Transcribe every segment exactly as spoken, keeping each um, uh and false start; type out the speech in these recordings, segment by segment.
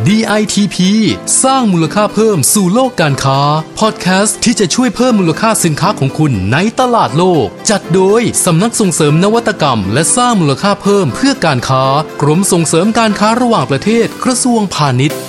ดี ไอ ที พี สร้างมูลค่าเพิ่มสู่โลกการค้าพอดแคสต์ที่จะช่วยเพิ่มมูลค่าสินค้าของคุณในตลาดโลกจัดโดยสำนักส่งเสริมนวัตกรรมและสร้างมูลค่าเพิ่มเพื่อการค้ากรมส่งเสริมการค้าระหว่างประเทศกระทรวงพาณิชย์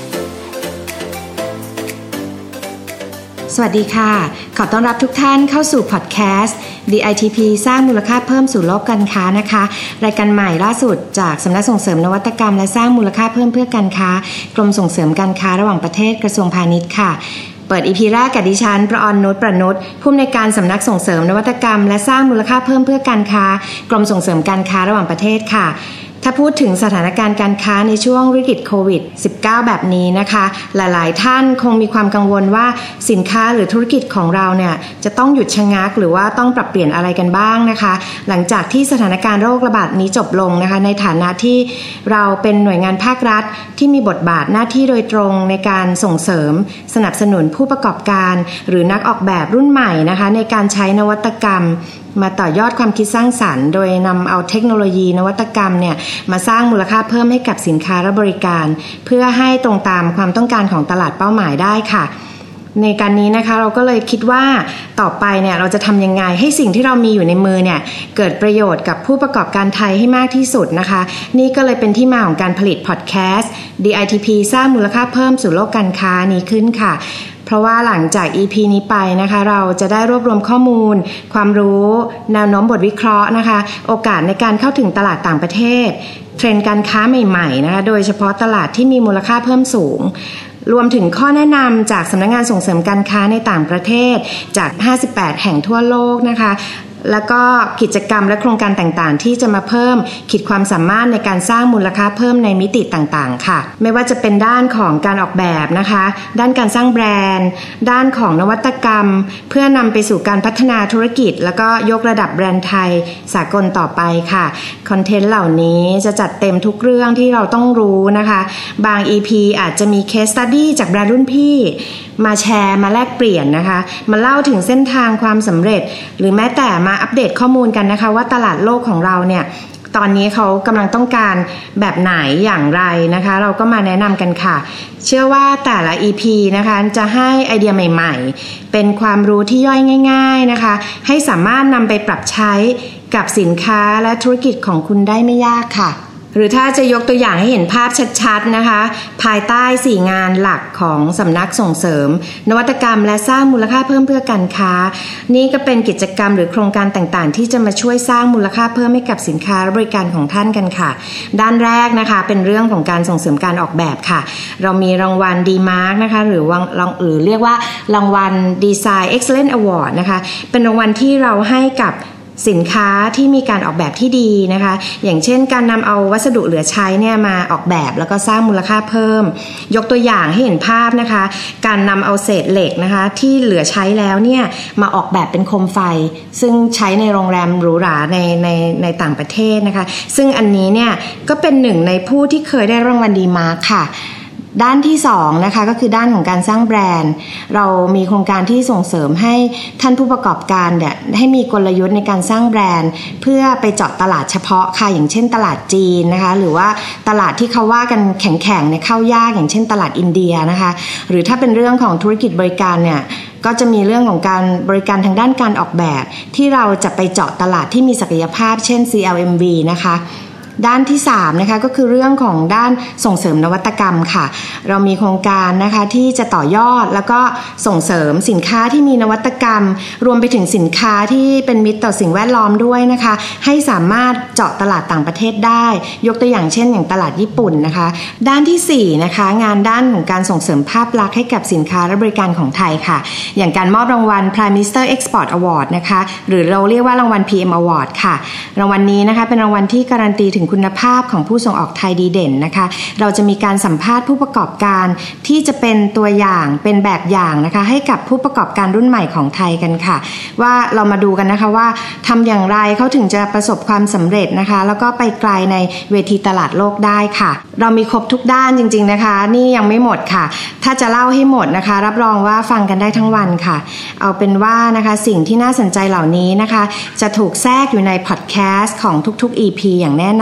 สวัสดีค่ะขอต้อนรับทุกท่านเข้าสู่พอดแคสต์ ดี ไอ ที พี สร้างมูลค่าเพิ่มสู่โลกการค้านะคะรายการใหม่ล่าสุดจากสำนักส่งเสริมนวัตกรรมและสร้างมูลค่าเพิ่มเพื่อการค้ากรมส่งเสริมการค้าระหว่างประเทศกระทรวงพาณิชย์ค่ะเปิด อี พี แรกกับดิฉันประออนนุชประนุชผู้อำนวยการสำนักส่งเสริมนวัตกรรมและสร้างมูลค่าเพิ่มเพื่อการค้ากรมส่งเสริมการค้าระหว่างประเทศค่ะถ้าพูดถึงสถานการณ์การค้าในช่วงวิกฤตโควิด สิบเก้า แบบนี้นะคะหลายๆท่านคงมีความกังวลว่าสินค้าหรือธุรกิจของเราเนี่ยจะต้องหยุดชะงักหรือว่าต้องปรับเปลี่ยนอะไรกันบ้างนะคะหลังจากที่สถานการณ์โรคระบาดนี้จบลงนะคะในฐานะที่เราเป็นหน่วยงานภาครัฐที่มีบทบาทหน้าที่โดยตรงในการส่งเสริมสนับสนุนผู้ประกอบการหรือนักออกแบบรุ่นใหม่นะคะในการใช้นวัตกรรมมาต่อยอดความคิดสร้างสรรค์โดยนำเอาเทคโนโลยีนวัตกรรมเนี่ยมาสร้างมูลค่าเพิ่มให้กับสินค้าและบริการเพื่อให้ตรงตามความต้องการของตลาดเป้าหมายได้ค่ะในการนี้นะคะเราก็เลยคิดว่าต่อไปเนี่ยเราจะทำยังไงให้สิ่งที่เรามีอยู่ในมือเนี่ยเกิดประโยชน์กับผู้ประกอบการไทยให้มากที่สุดนะคะนี่ก็เลยเป็นที่มาของการผลิตพอดแคสต์ ดี ไอ ที พี สร้างมูลค่าเพิ่มสู่โลกการค้านี้ขึ้นค่ะเพราะว่าหลังจาก อี พี นี้ไปนะคะเราจะได้รวบรวมข้อมูลความรู้แนวโน้มบทวิเคราะห์นะคะโอกาสในการเข้าถึงตลาดต่างประเทศเทรนด์การค้าใหม่ๆนะคะโดยเฉพาะตลาดที่มีมูลค่าเพิ่มสูงรวมถึงข้อแนะนำจากสำนักงานส่งเสริมการค้าในต่างประเทศจากห้าสิบแปดแห่งทั่วโลกนะคะแล้วก็กิจกรรมและโครงการต่างๆที่จะมาเพิ่มขีดความสามารถในการสร้างมูลค่าเพิ่มในมิติต่างๆค่ะไม่ว่าจะเป็นด้านของการออกแบบนะคะด้านการสร้างแบรนด์ด้านของนวัตกรรมเพื่อนำไปสู่การพัฒนาธุรกิจแล้วก็ยกระดับแบรนด์ไทยสากลต่อไปค่ะคอนเทนต์เหล่านี้จะจัดเต็มทุกเรื่องที่เราต้องรู้นะคะบาง อี พี อาจจะมี case study จากแบรนด์รุ่นพี่มาแชร์มาแลกเปลี่ยนนะคะมาเล่าถึงเส้นทางความสำเร็จหรือแม้แต่มาอัปเดตข้อมูลกันนะคะว่าตลาดโลกของเราเนี่ยตอนนี้เขากำลังต้องการแบบไหนอย่างไรนะคะเราก็มาแนะนำกันค่ะเชื่อว่าแต่ละ อี พี นะคะจะให้ไอเดียใหม่ๆเป็นความรู้ที่ย่อยง่ายๆนะคะให้สามารถนำไปปรับใช้กับสินค้าและธุรกิจของคุณได้ไม่ยากค่ะหรือถ้าจะยกตัวอย่างให้เห็นภาพชัดๆนะคะภายใต้สี่งานหลักของสำนักส่งเสริมนวัตกรรมและสร้างมูลค่าเพิ่มเพื่อการค้านี่ก็เป็นกิจกรรมหรือโครงการต่างๆที่จะมาช่วยสร้างมูลค่าเพิ่มให้กับสินค้าและบริการของท่านกันค่ะด้านแรกนะคะเป็นเรื่องของการส่งเสริมการออกแบบค่ะเรามีรางวัล ดี มาร์ค นะคะหรือวางหรือเรียกว่ารางวัล Design Excellence Award นะคะเป็นรางวัลที่เราให้กับสินค้าที่มีการออกแบบที่ดีนะคะอย่างเช่นการนำเอาวัสดุเหลือใช้เนี่ยมาออกแบบแล้วก็สร้างมูลค่าเพิ่มยกตัวอย่างให้เห็นภาพนะคะการนำเอาเศษเหล็กนะคะที่เหลือใช้แล้วเนี่ยมาออกแบบเป็นโคมไฟซึ่งใช้ในโรงแรมหรูหราในในในต่างประเทศนะคะซึ่งอันนี้เนี่ยก็เป็นหนึ่งในผู้ที่เคยได้รางวัลดีมาร์คค่ะด้านที่สองนะคะก็คือด้านของการสร้างแบรนด์เรามีโครงการที่ส่งเสริมให้ท่านผู้ประกอบการเนี่ยให้มีกลยุทธ์ในการสร้างแบรนด์เพื่อไปเจาะตลาดเฉพาะค่ะอย่างเช่นตลาดจีนนะคะหรือว่าตลาดที่เขาว่ากันแข็งๆเนี่ยเข้ายากอย่างเช่นตลาดอินเดียนะคะหรือถ้าเป็นเรื่องของธุรกิจบริการเนี่ยก็จะมีเรื่องของการบริการทางด้านการออกแบบที่เราจะไปเจาะตลาดที่มีศักยภาพเช่น ซี แอล เอ็ม วี นะคะด้านที่สามนะคะก็คือเรื่องของด้านส่งเสริมนวัตกรรมค่ะเรามีโครงการนะคะที่จะต่อยอดแล้วก็ส่งเสริมสินค้าที่มีนวัตกรรมรวมไปถึงสินค้าที่เป็นมิตรต่อสิ่งแวดล้อมด้วยนะคะให้สามารถเจาะตลาดต่างประเทศได้ยกตัวอย่างเช่นอย่างตลาดญี่ปุ่นนะคะด้านที่สี่นะคะงานด้านของการส่งเสริมภาพลักษณ์ให้กับสินค้าและบริการของไทยค่ะอย่างการมอบรางวัล Prime Minister Export Award นะคะหรือเราเรียกว่ารางวัล พี เอ็ม Award ค่ะรางวัลนี้นะคะเป็นรางวัลที่การันตีถึงคุณภาพของผู้ส่งออกไทยดีเด่นนะคะเราจะมีการสัมภาษณ์ผู้ประกอบการที่จะเป็นตัวอย่างเป็นแบบอย่างนะคะให้กับผู้ประกอบการรุ่นใหม่ของไทยกันค่ะว่าเรามาดูกันนะคะว่าทำอย่างไรเขาถึงจะประสบความสำเร็จนะคะแล้วก็ไปไกลในเวทีตลาดโลกได้ค่ะเรามีครบทุกด้านจริงๆนะคะนี่ยังไม่หมดค่ะถ้าจะเล่าให้หมดนะคะรับรองว่าฟังกันได้ทั้งวันค่ะเอาเป็นว่านะคะสิ่งที่น่าสนใจเหล่านี้นะคะจะถูกแทรกอยู่ในพอดแคสต์ของทุกๆ อี พี อย่างแน่น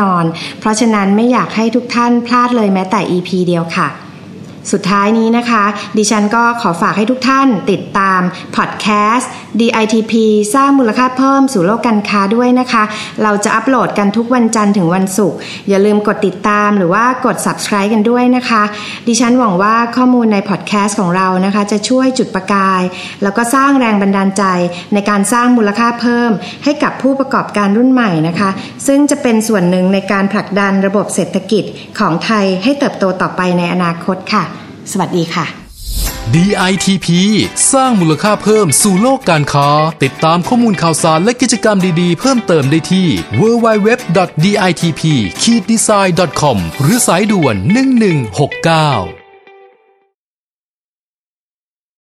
อนเพราะฉะนั้นไม่อยากให้ทุกท่านพลาดเลยแม้แต่ อี พี เดียวค่ะสุดท้ายนี้นะคะดิฉันก็ขอฝากให้ทุกท่านติดตามพอดแคสต์ ดี ไอ ที พี สร้างมูลค่าเพิ่มสู่โลกการค้าด้วยนะคะเราจะอัปโหลดกันทุกวันจันทร์ถึงวันศุกร์อย่าลืมกดติดตามหรือว่ากด Subscribe กันด้วยนะคะดิฉันหวังว่าข้อมูลในพอดแคสต์ของเรานะคะจะช่วยจุดประกายแล้วก็สร้างแรงบันดาลใจในการสร้างมูลค่าเพิ่มให้กับผู้ประกอบการรุ่นใหม่นะคะซึ่งจะเป็นส่วนหนึ่งในการผลักดันระบบเศรษฐกิจของไทยให้เติบโตต่อไปในอนาคตค่ะสวัสดีค่ะดี ไอ ที พี สร้างมูลค่าเพิ่มสู่โลกการค้าติดตามข้อมูลข่าวสารและกิจกรรมดีๆเพิ่มเติมได้ที่ ดับเบิลยู ดับเบิลยู ดับเบิลยู ดอท ดี ไอ ที พี ดีไซน์ ดอท คอม หรือสายด่วนหนึ่งหนึ่งหกเก้า